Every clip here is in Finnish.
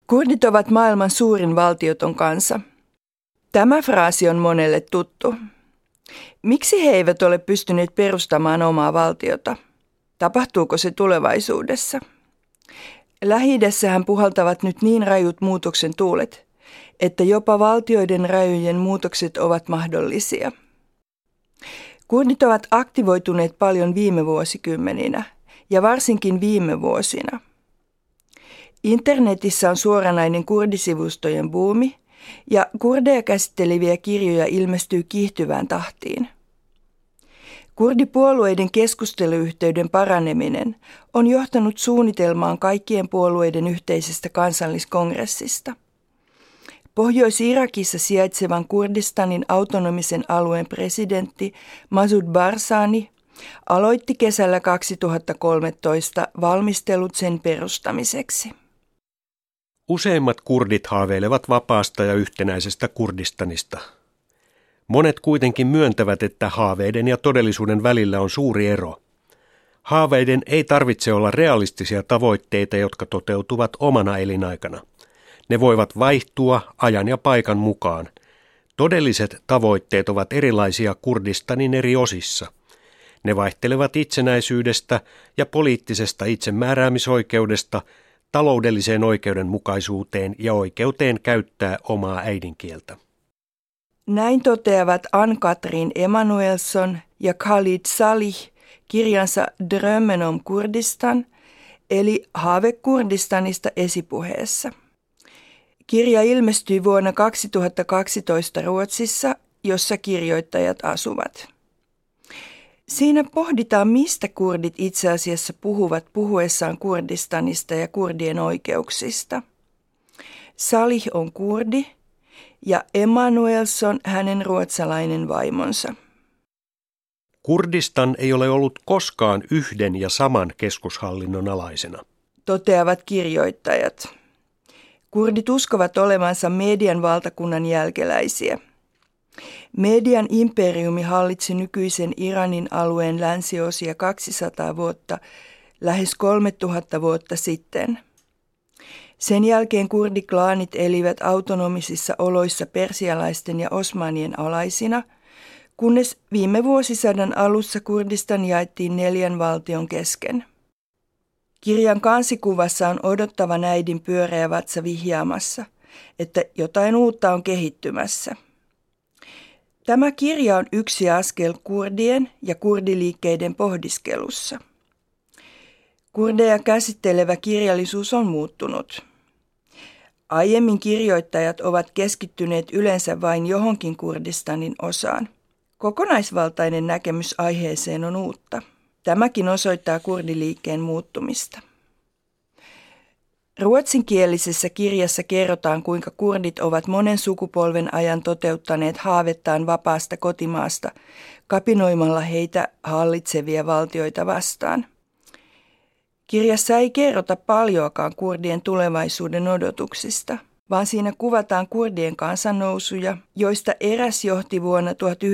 Kurdit ovat maailman suurin valtioton kansa. Tämä fraasi on monelle tuttu. Miksi he eivät ole pystyneet perustamaan omaa valtiota? Tapahtuuko se tulevaisuudessa? Lähi-idässähän puhaltavat nyt niin rajut muutoksen tuulet, että jopa valtioiden rajojen muutokset ovat mahdollisia. Kurdit ovat aktivoituneet paljon viime vuosikymmeninä ja varsinkin viime vuosina. Internetissä on suoranainen kurdisivustojen buumi ja kurdeja käsitteleviä kirjoja ilmestyy kiihtyvään tahtiin. Kurdipuolueiden keskusteluyhteyden paraneminen on johtanut suunnitelmaan kaikkien puolueiden yhteisestä kansalliskongressista. Pohjois-Irakissa sijaitsevan Kurdistanin autonomisen alueen presidentti Masud Barzani aloitti kesällä 2013 valmistelut sen perustamiseksi. Useimmat kurdit haaveilevat vapaasta ja yhtenäisestä Kurdistanista. Monet kuitenkin myöntävät, että haaveiden ja todellisuuden välillä on suuri ero. Haaveiden ei tarvitse olla realistisia tavoitteita, jotka toteutuvat omana elinaikana. Ne voivat vaihtua ajan ja paikan mukaan. Todelliset tavoitteet ovat erilaisia Kurdistanin eri osissa. Ne vaihtelevat itsenäisyydestä ja poliittisesta itsemääräämisoikeudesta taloudelliseen oikeudenmukaisuuteen ja oikeuteen käyttää omaa äidinkieltä. Näin toteavat Ann-Katrin Emanuelsson ja Khalid Salih kirjansa Drömmen om Kurdistan, eli Haave Kurdistanista esipuheessa. Kirja ilmestyi vuonna 2012 Ruotsissa, jossa kirjoittajat asuvat. Siinä pohditaan, mistä kurdit itse asiassa puhuvat puhuessaan Kurdistanista ja kurdien oikeuksista. Salih on kurdi ja Emanuelsson hänen ruotsalainen vaimonsa. Kurdistan ei ole ollut koskaan yhden ja saman keskushallinnon alaisena, toteavat kirjoittajat. Kurdit uskovat olevansa median valtakunnan jälkeläisiä. Median imperiumi hallitsi nykyisen Iranin alueen länsiosia 200 vuotta, lähes 3000 vuotta sitten. Sen jälkeen kurdiklaanit elivät autonomisissa oloissa persialaisten ja osmanien alaisina, kunnes viime vuosisadan alussa Kurdistan jaettiin 4 valtion kesken. Kirjan kansikuvassa on odottavan äidin pyöreä vatsa vihjaamassa, että jotain uutta on kehittymässä. Tämä kirja on yksi askel kurdien ja kurdiliikkeiden pohdiskelussa. Kurdeja käsittelevä kirjallisuus on muuttunut. Aiemmin kirjoittajat ovat keskittyneet yleensä vain johonkin Kurdistanin osaan. Kokonaisvaltainen näkemys aiheeseen on uutta. Tämäkin osoittaa kurdiliikkeen muuttumista. Ruotsinkielisessä kirjassa kerrotaan, kuinka kurdit ovat monen sukupolven ajan toteuttaneet haavettaan vapaasta kotimaasta kapinoimalla heitä hallitsevia valtioita vastaan. Kirjassa ei kerrota paljoakaan kurdien tulevaisuuden odotuksista, vaan siinä kuvataan kurdien kansannousuja, joista eräs johti vuonna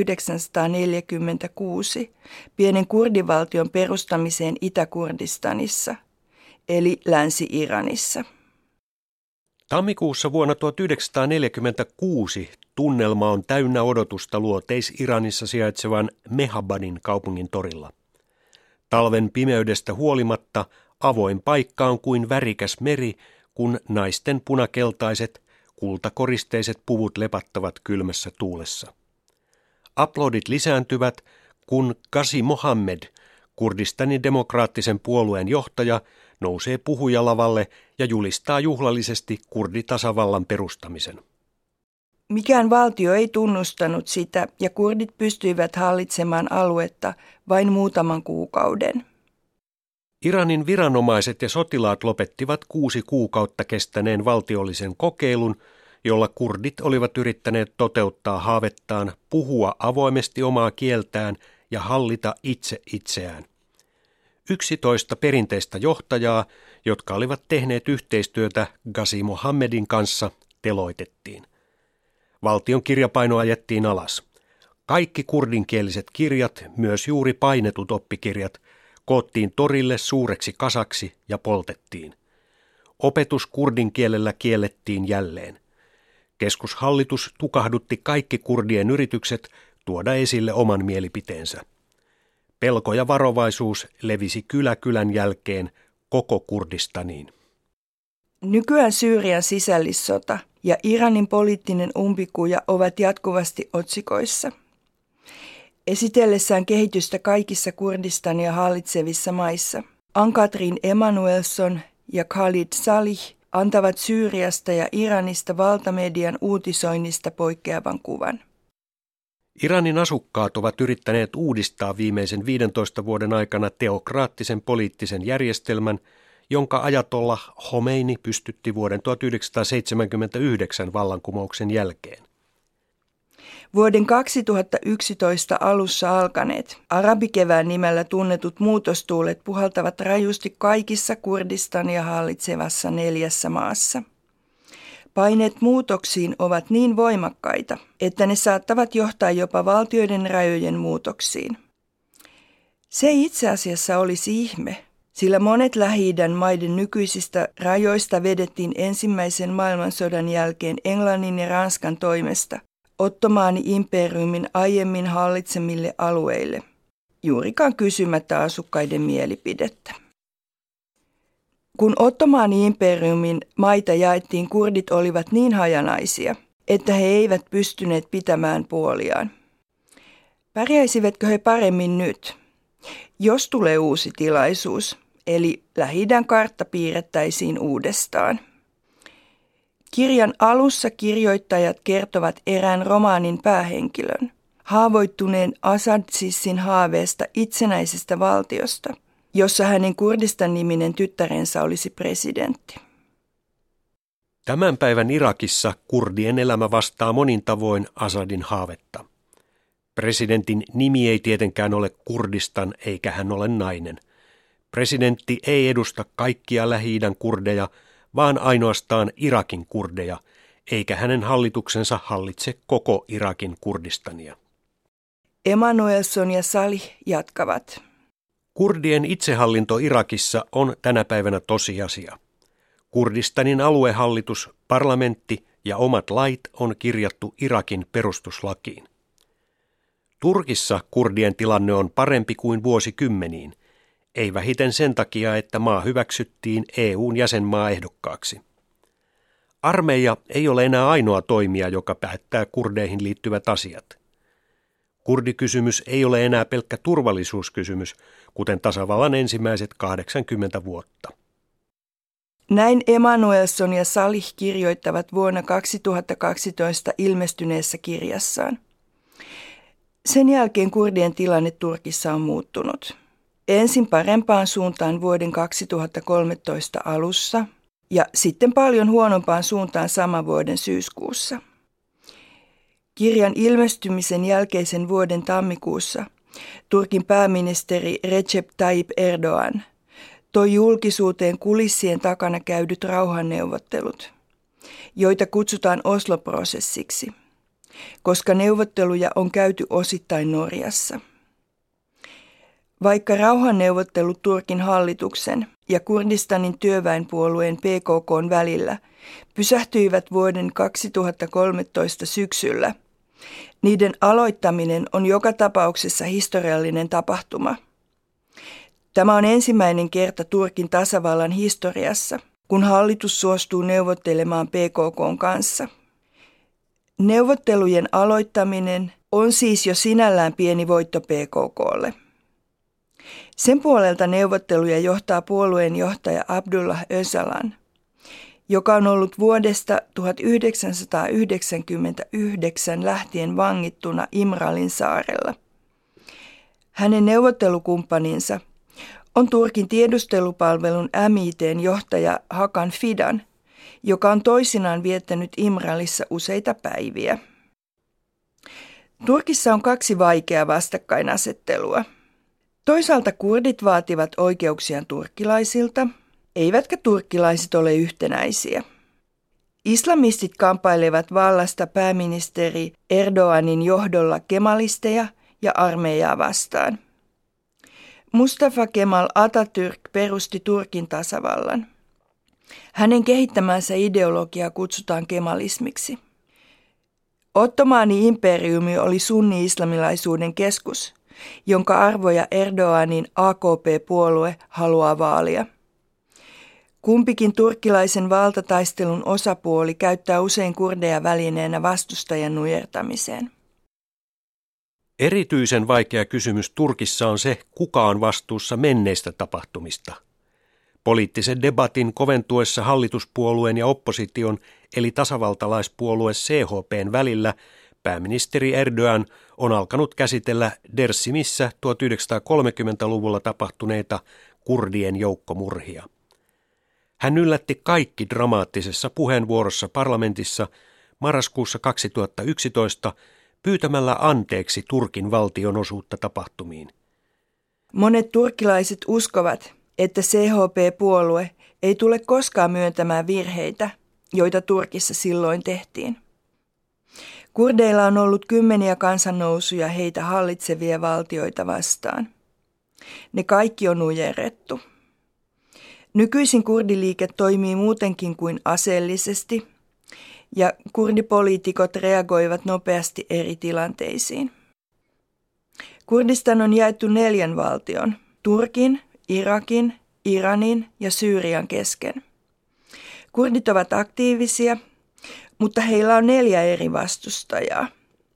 1946 pienen kurdivaltion perustamiseen Itä-Kurdistanissa, eli Länsi-Iranissa. Tammikuussa vuonna 1946 tunnelma on täynnä odotusta Luoteis-Iranissa sijaitsevan Mehabadin kaupungin torilla. Talven pimeydestä huolimatta avoin paikka on kuin värikäs meri, kun naisten punakeltaiset, kultakoristeiset puvut lepattavat kylmässä tuulessa. Aplodit lisääntyvät, kun Ghazi Mohammed, Kurdistanin demokraattisen puolueen johtaja, nousee puhujalavalle ja julistaa juhlallisesti kurditasavallan perustamisen. Mikään valtio ei tunnustanut sitä ja kurdit pystyivät hallitsemaan aluetta vain muutaman kuukauden. Iranin viranomaiset ja sotilaat lopettivat 6 kuukautta kestäneen valtiollisen kokeilun, jolla kurdit olivat yrittäneet toteuttaa haavettaan puhua avoimesti omaa kieltään ja hallita itse itseään. 11 perinteistä johtajaa, jotka olivat tehneet yhteistyötä Ghazi Mohammedin kanssa, teloitettiin. Valtion kirjapaino ajettiin alas. Kaikki kurdinkieliset kirjat, myös juuri painetut oppikirjat, koottiin torille suureksi kasaksi ja poltettiin. Opetus kurdin kielellä kiellettiin jälleen. Keskushallitus tukahdutti kaikki kurdien yritykset tuoda esille oman mielipiteensä. Pelko ja varovaisuus levisi kylä kylän jälkeen koko Kurdistaniin. Nykyään Syyrian sisällissota ja Iranin poliittinen umpikuja ovat jatkuvasti otsikoissa. Esitellessään kehitystä kaikissa Kurdistania hallitsevissa maissa, Ann-Katrin Emanuelson ja Khalid Salih antavat Syyriasta ja Iranista valtamedian uutisoinnista poikkeavan kuvan. Iranin asukkaat ovat yrittäneet uudistaa viimeisen 15 vuoden aikana teokraattisen poliittisen järjestelmän, jonka ajatollah Khomeini pystytti vuoden 1979 vallankumouksen jälkeen. Vuoden 2011 alussa alkaneet arabikevään nimellä tunnetut muutostuulet puhaltavat rajusti kaikissa Kurdistania hallitsevassa 4 maassa. Paineet muutoksiin ovat niin voimakkaita, että ne saattavat johtaa jopa valtioiden rajojen muutoksiin. Se itse asiassa olisi ihme, sillä monet Lähi-idän maiden nykyisistä rajoista vedettiin ensimmäisen maailmansodan jälkeen Englannin ja Ranskan toimesta Ottomaani-imperiumin aiemmin hallitsemille alueille, juurikaan kysymättä asukkaiden mielipidettä. Kun Ottomaani-imperiumin maita jaettiin, kurdit olivat niin hajanaisia, että he eivät pystyneet pitämään puoliaan. Pärjäisivätkö he paremmin nyt, jos tulee uusi tilaisuus, eli Lähi-idän kartta piirrettäisiin uudestaan? Kirjan alussa kirjoittajat kertovat erään romaanin päähenkilön, haavoittuneen Asad-Sissin haaveesta itsenäisestä valtiosta, jossa hänen Kurdistan-niminen tyttärensä olisi presidentti. Tämän päivän Irakissa kurdien elämä vastaa monin tavoin Asadin haavetta. Presidentin nimi ei tietenkään ole Kurdistan eikä hän ole nainen. Presidentti ei edusta kaikkia Lähi-idän kurdeja, vaan ainoastaan Irakin kurdeja, eikä hänen hallituksensa hallitse koko Irakin Kurdistania. Emanuelson ja Salih jatkavat. Kurdien itsehallinto Irakissa on tänä päivänä tosiasia. Kurdistanin aluehallitus, parlamentti ja omat lait on kirjattu Irakin perustuslakiin. Turkissa kurdien tilanne on parempi kuin vuosikymmeniin, ei vähiten sen takia, että maa hyväksyttiin EU:n jäsenmaaehdokkaaksi. Armeija ei ole enää ainoa toimija, joka päättää kurdeihin liittyvät asiat. Kurdikysymys ei ole enää pelkkä turvallisuuskysymys, kuten tasavallan ensimmäiset 80 vuotta. Näin Emanuelson ja Salih kirjoittavat vuonna 2012 ilmestyneessä kirjassaan. Sen jälkeen kurdien tilanne Turkissa on muuttunut. Ensin parempaan suuntaan vuoden 2013 alussa ja sitten paljon huonompaan suuntaan saman vuoden syyskuussa. Kirjan ilmestymisen jälkeisen vuoden tammikuussa Turkin pääministeri Recep Tayyip Erdoğan toi julkisuuteen kulissien takana käydyt rauhanneuvottelut, joita kutsutaan Oslo-prosessiksi, koska neuvotteluja on käyty osittain Norjassa. Vaikka rauhanneuvottelut Turkin hallituksen ja Kurdistanin työväenpuolueen PKK:n välillä pysähtyivät vuoden 2013 syksyllä, niiden aloittaminen on joka tapauksessa historiallinen tapahtuma. Tämä on ensimmäinen kerta Turkin tasavallan historiassa, kun hallitus suostuu neuvottelemaan PKK:n kanssa. Neuvottelujen aloittaminen on siis jo sinällään pieni voitto PKK:lle. Sen puolelta neuvotteluja johtaa puolueen johtaja Abdullah Öcalan, joka on ollut vuodesta 1999 lähtien vangittuna Imralin saarella. Hänen neuvottelukumppaninsa on Turkin tiedustelupalvelun MIT:n johtaja Hakan Fidan, joka on toisinaan viettänyt Imralissa useita päiviä. Turkissa on 2 vaikeaa vastakkainasettelua. Toisaalta kurdit vaativat oikeuksiaan turkkilaisilta, eivätkä turkkilaiset ole yhtenäisiä. Islamistit kamppailevat vallasta pääministeri Erdoğanin johdolla kemalisteja ja armeijaa vastaan. Mustafa Kemal Atatürk perusti Turkin tasavallan. Hänen kehittämänsä ideologiaa kutsutaan kemalismiksi. Ottomaani-imperiumi oli sunni-islamilaisuuden keskus, jonka arvoja Erdoğanin AKP-puolue haluaa vaalia. Kumpikin turkkilaisen valtataistelun osapuoli käyttää usein kurdeja välineenä vastustajan nujertamiseen. Erityisen vaikea kysymys Turkissa on se, kuka on vastuussa menneistä tapahtumista. Poliittisen debatin koventuessa hallituspuolueen ja opposition eli tasavaltalaispuolue CHP:n välillä pääministeri Erdoğan on alkanut käsitellä Dersimissä 1930-luvulla tapahtuneita kurdien joukkomurhia. Hän yllätti kaikki dramaattisessa puheenvuorossa parlamentissa marraskuussa 2011 pyytämällä anteeksi Turkin valtion osuutta tapahtumiin. Monet turkkilaiset uskovat, että CHP-puolue ei tule koskaan myöntämään virheitä, joita Turkissa silloin tehtiin. Kurdeilla on ollut kymmeniä kansannousuja heitä hallitsevia valtioita vastaan. Ne kaikki on nujerrettu. Nykyisin kurdiliike toimii muutenkin kuin aseellisesti, ja kurdipoliitikot reagoivat nopeasti eri tilanteisiin. Kurdistan on jaettu 4 valtion, Turkin, Irakin, Iranin ja Syyrian kesken. Kurdit ovat aktiivisia, mutta heillä on 4 eri vastustajaa.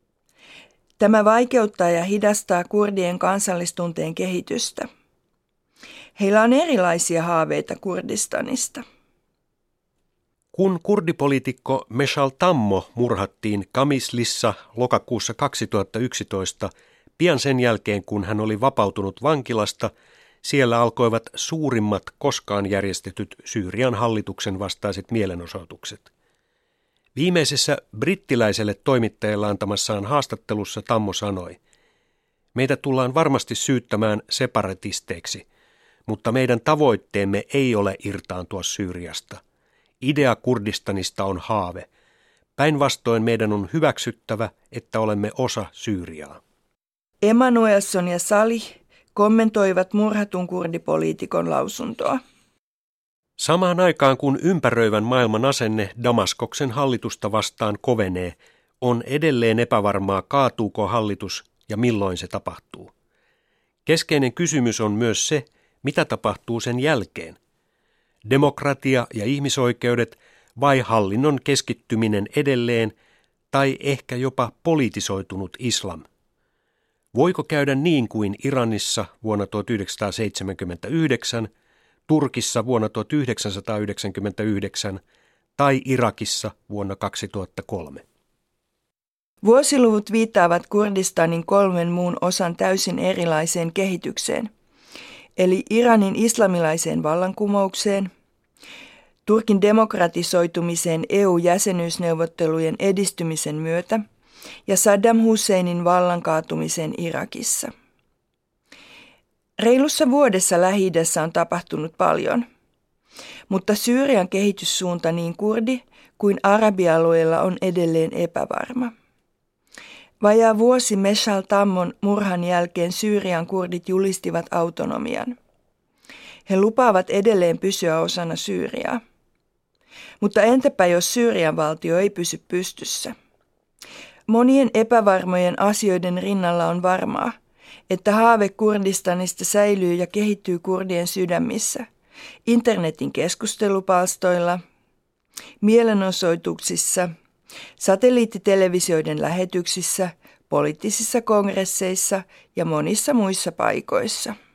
Tämä vaikeuttaa ja hidastaa kurdien kansallistunteen kehitystä. Heillä on erilaisia haaveita Kurdistanista. Kun kurdipoliitikko Meshal Tammo murhattiin Kamislissa lokakuussa 2011, pian sen jälkeen kun hän oli vapautunut vankilasta, siellä alkoivat suurimmat koskaan järjestetyt Syyrian hallituksen vastaiset mielenosoitukset. Viimeisessä brittiläiselle toimittajalle antamassaan haastattelussa Tammo sanoi: "Meitä tullaan varmasti syyttämään separatisteiksi, mutta meidän tavoitteemme ei ole irtaantua Syyriasta. Idea Kurdistanista on haave. Päinvastoin meidän on hyväksyttävä, että olemme osa Syyriaa." Emanuelson ja Salih kommentoivat murhatun kurdipoliitikon lausuntoa. Samaan aikaan kun ympäröivän maailman asenne Damaskoksen hallitusta vastaan kovenee, on edelleen epävarmaa, kaatuuko hallitus ja milloin se tapahtuu. Keskeinen kysymys on myös se, mitä tapahtuu sen jälkeen. Demokratia ja ihmisoikeudet vai hallinnon keskittyminen edelleen tai ehkä jopa politisoitunut islam? Voiko käydä niin kuin Iranissa vuonna 1979, Turkissa vuonna 1999 tai Irakissa vuonna 2003? Vuosiluvut viittaavat Kurdistanin 3 muun osan täysin erilaiseen kehitykseen, eli Iranin islamilaiseen vallankumoukseen, Turkin demokratisoitumiseen EU-jäsenyysneuvottelujen edistymisen myötä ja Saddam Husseinin vallan kaatumiseen Irakissa. Reilussa vuodessa Lähi-idässä on tapahtunut paljon, mutta Syyrian kehityssuunta niin kurdi- kuin arabialueilla on edelleen epävarma. Vajaa vuosi Meshal Tammon murhan jälkeen Syyrian kurdit julistivat autonomian. He lupaavat edelleen pysyä osana Syyriaa. Mutta entäpä jos Syyrian valtio ei pysy pystyssä? Monien epävarmojen asioiden rinnalla on varmaa, että haave Kurdistanista säilyy ja kehittyy kurdien sydämissä, internetin keskustelupalstoilla, mielenosoituksissa, satelliittitelevisioiden lähetyksissä, poliittisissa kongresseissa ja monissa muissa paikoissa.